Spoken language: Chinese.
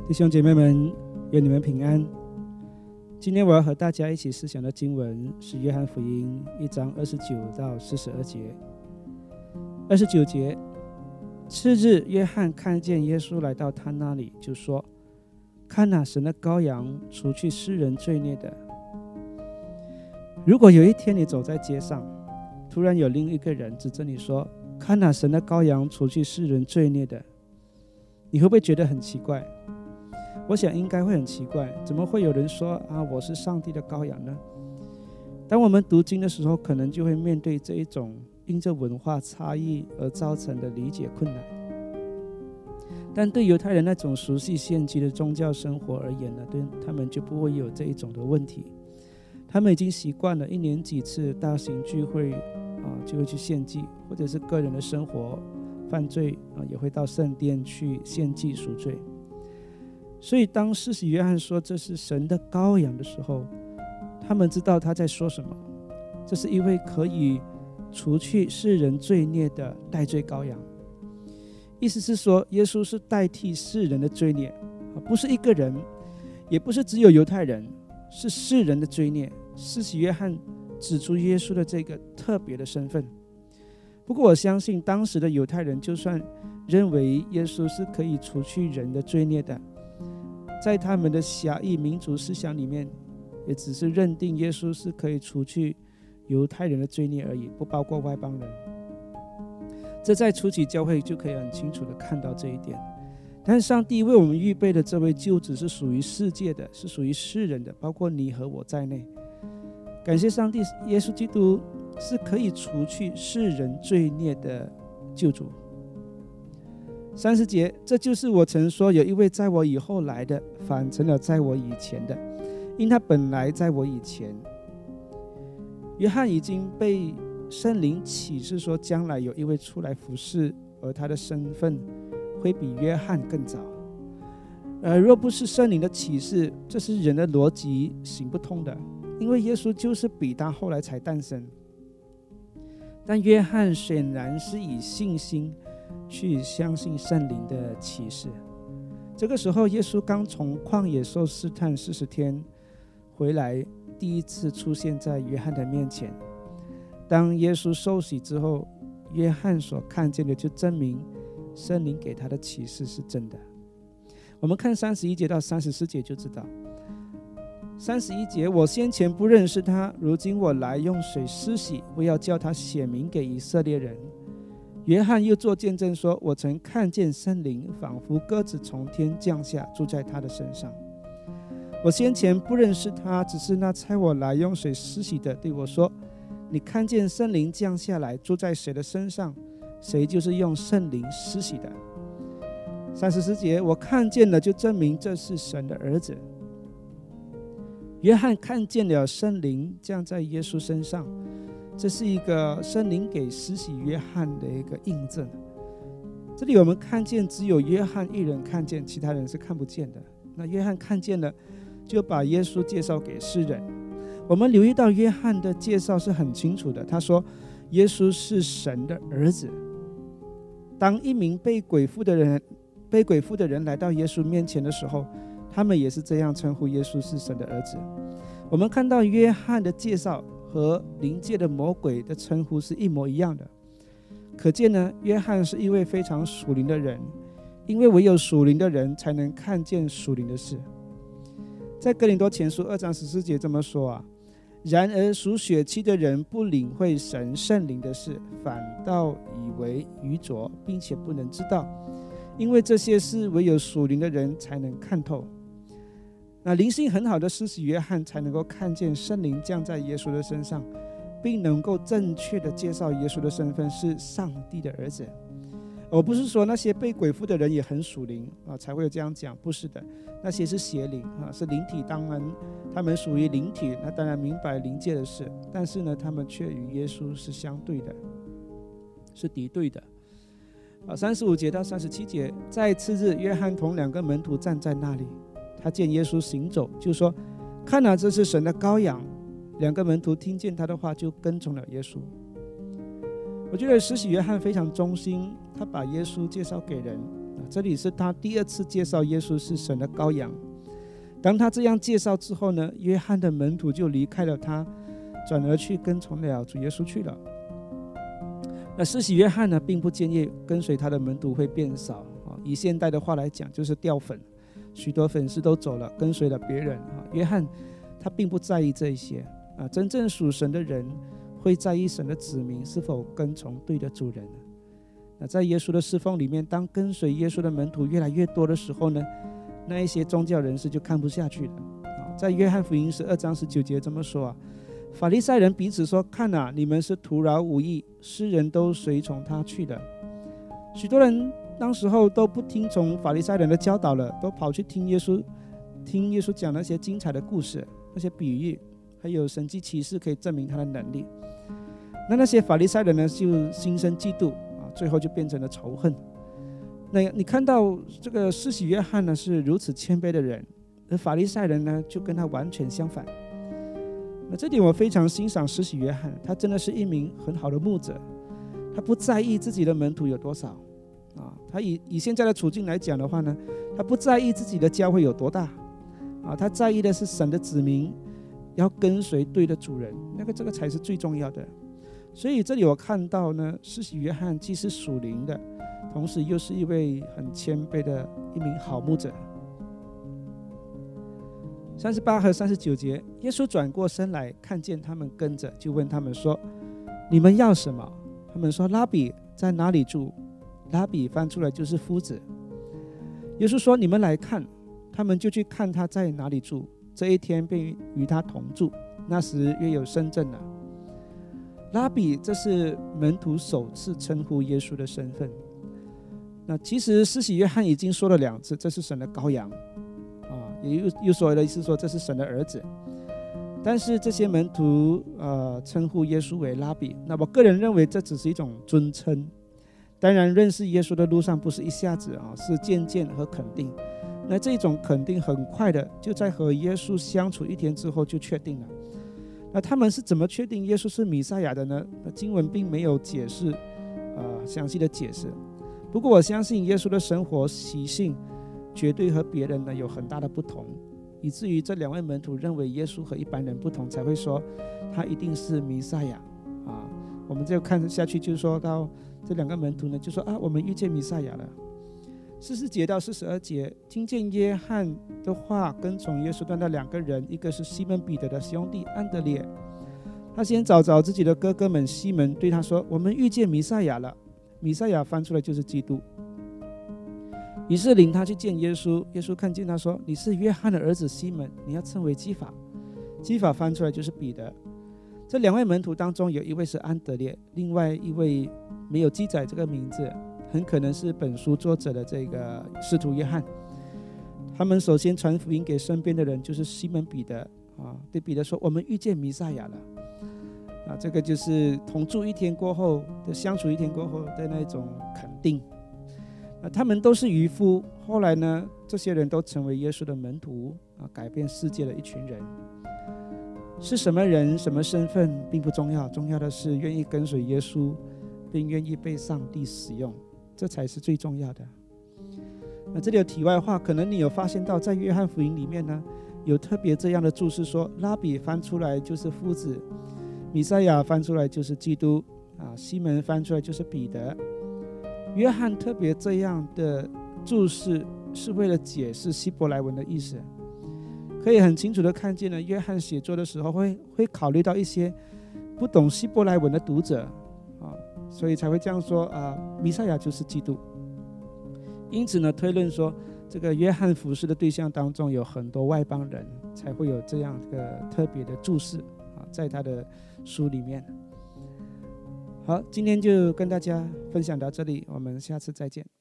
弟兄姐妹们，愿你们平安。今天我要和大家一起思想的经文是约翰福音1章29到42节。29节，次日，约翰看见耶稣来到他那里，就说：看哪，神的羔羊，除去世人罪孽的。如果有一天你走在街上，突然有另一个人指着你说：看哪，神的羔羊，除去世人罪孽的，你会不会觉得很奇怪？我想应该会很奇怪，怎么会有人说我是上帝的羔羊呢？当我们读经的时候，可能就会面对这一种因着文化差异而造成的理解困难。但对犹太人那种熟悉献祭的宗教生活而言呢，对他们就不会有这一种的问题。他们已经习惯了一年几次大型聚会就会去献祭，或者是个人的生活犯罪也会到圣殿去献祭赎罪。所以当施洗约翰说这是神的羔羊的时候，他们知道他在说什么。这是一位可以除去世人罪孽的代罪羔羊，意思是说耶稣是代替世人的罪孽，不是一个人，也不是只有犹太人，是世人的罪孽。施洗约翰指出耶稣的这个特别的身份。不过我相信当时的犹太人就算认为耶稣是可以除去人的罪孽的，在他们的狭义民族思想里面，也只是认定耶稣是可以除去犹太人的罪孽而已，不包括外邦人。这在初期教会就可以很清楚的看到这一点。但上帝为我们预备的这位救子是属于世界的，是属于世人的，包括你和我在内。感谢上帝，耶稣基督是可以除去世人罪孽的救主。30节，这就是我曾说有一位在我以后来的，反成了在我以前的，因他本来在我以前。约翰已经被圣灵启示说将来有一位出来服侍，而他的身份会比约翰更早。若不是圣灵的启示，这是人的逻辑行不通的，因为耶稣就是比他后来才诞生。但约翰显然是以信心去相信圣灵的启示。这个时候耶稣刚从旷野受试探40天回来，第一次出现在约翰的面前。当耶稣受洗之后，约翰所看见的就证明圣灵给他的启示是真的。我们看31节到34节就知道。31节，我先前不认识他，如今我来用水施洗，为要叫他显明给以色列人。约翰又作见证说，我曾看见圣灵仿佛鸽子从天降下，住在他的身上。我先前不认识他，只是那差我来用水施洗的对我说，你看见圣灵降下来，住在谁的身上，谁就是用圣灵施洗的。34节，我看见了，就证明这是神的儿子。约翰看见了圣灵降在耶稣身上，这是一个圣灵给施洗约翰的一个印证。这里我们看见只有约翰一人看见，其他人是看不见的。那约翰看见了，就把耶稣介绍给世人。我们留意到约翰的介绍是很清楚的，他说耶稣是神的儿子。当一名被鬼附的人来到耶稣面前的时候，他们也是这样称呼耶稣是神的儿子。我们看到约翰的介绍和灵界的魔鬼的称呼是一模一样的，可见呢，约翰是一位非常属灵的人，因为唯有属灵的人才能看见属灵的事。在哥林多前书2章14节这么说然而属血气的人不领会神圣灵的事，反倒以为愚拙，并且不能知道，因为这些事唯有属灵的人才能看透。那灵性很好的施洗约翰才能够看见圣灵降在耶稣的身上，并能够正确的介绍耶稣的身份是上帝的儿子。我不是说那些被鬼附的人也很属灵才会有这样讲，不是的，那些是邪灵是灵体，当然他们属于灵体，那当然明白灵界的事，但是呢，他们却与耶稣是相对的，是敌对的。35节到37节，在次日，约翰同2个门徒站在那里，他见耶稣行走，就说：看哪，这是神的羔羊。2个门徒听见他的话，就跟从了耶稣。我觉得施洗约翰非常忠心，他把耶稣介绍给人， 这里是他第二次介绍耶稣是神的羔羊。当他这样介绍之后呢，约翰的门徒就离开了他，转而去跟从了主耶稣去了。那施洗约翰呢，并不建议跟随他的门徒会变少，以现代的话来讲就是掉粉，许多粉丝都走了，跟随了别人。约翰他并不在意这一些，真正属神的人会在意神的子民是否跟从对的主人。那在耶稣的侍奉里面，当跟随耶稣的门徒越来越多的时候呢，那一些宗教人士就看不下去了。在约翰福音12章19节这么说，法利赛人彼此说，看啊，你们是徒劳无益，世人都随从他去的。许多人当时候都不听从法利赛人的教导了，都跑去听耶稣讲那些精彩的故事，那些比喻，还有神迹奇事可以证明他的能力。那些法利赛人呢，就心生嫉妒，最后就变成了仇恨。那你看到这个施洗约翰呢，是如此谦卑的人，而法利赛人呢，就跟他完全相反。那这点我非常欣赏施洗约翰，他真的是一名很好的牧者，他不在意自己的门徒有多少，他以现在的处境来讲的话呢，他不在意自己的教会有多大，他在意的是神的子民要跟随对的主人，这个才是最重要的。所以这里我看到呢，施洗约翰既是属灵的，同时又是一位很谦卑的一名好牧者。38和39节，耶稣转过身来，看见他们跟着，就问他们说，你们要什么？他们说，拉比在哪里住？拉比翻出来就是夫子。耶稣说，你们来看。他们就去看他在哪里住，这一天便与他同住。那时约有深正了。拉比，这是门徒首次称呼耶稣的身份。那其实施洗约翰已经说了2次，这是神的羔羊，也又说了一次说这是神的儿子。但是这些门徒称呼耶稣为拉比，那我个人认为这只是一种尊称。当然认识耶稣的路上不是一下子，是渐渐和肯定。那这种肯定很快的就在和耶稣相处1天之后就确定了。那他们是怎么确定耶稣是弥赛亚的呢？经文并没有解释详细的解释。不过我相信耶稣的生活习性绝对和别人呢有很大的不同，以至于这2位门徒认为耶稣和一般人不同，才会说他一定是弥赛亚。我们就看下去，就是说到这2个门徒呢就说，我们遇见弥赛亚了。44节到42节，听见约翰的话，跟从耶稣的那2个人，一个是西门彼得的兄弟安德烈，他先找自己的哥哥们，西门对他说，我们遇见弥赛亚了。弥赛亚翻出来就是基督。于是领他去见耶稣，耶稣看见他说，你是约翰的儿子西门，你要称为基法。基法翻出来就是彼得。这2位门徒当中有一位是安德烈，另外一位没有记载这个名字，很可能是本书作者的这个使徒约翰。他们首先传福音给身边的人，就是西门彼得对彼得说，我们遇见弥赛亚了。这个就是同住1天过后的相处1天过后的那种肯定。他们都是渔夫，后来呢，这些人都成为耶稣的门徒，改变世界的一群人。是什么人什么身份并不重要，重要的是愿意跟随耶稣，并愿意被上帝使用，这才是最重要的。这里有题外话，可能你有发现到在约翰福音里面呢，有特别这样的注释说，拉比翻出来就是夫子，弥赛亚翻出来就是基督，西门翻出来就是彼得。约翰特别这样的注释是为了解释希伯来文的意思，可以很清楚的看见呢，约翰写作的时候会考虑到一些不懂希伯来文的读者，所以才会这样说，弥赛亚就是基督。因此呢，推论说这个约翰服侍的对象当中有很多外邦人，才会有这样一个特别的注释在他的书里面。好，今天就跟大家分享到这里，我们下次再见。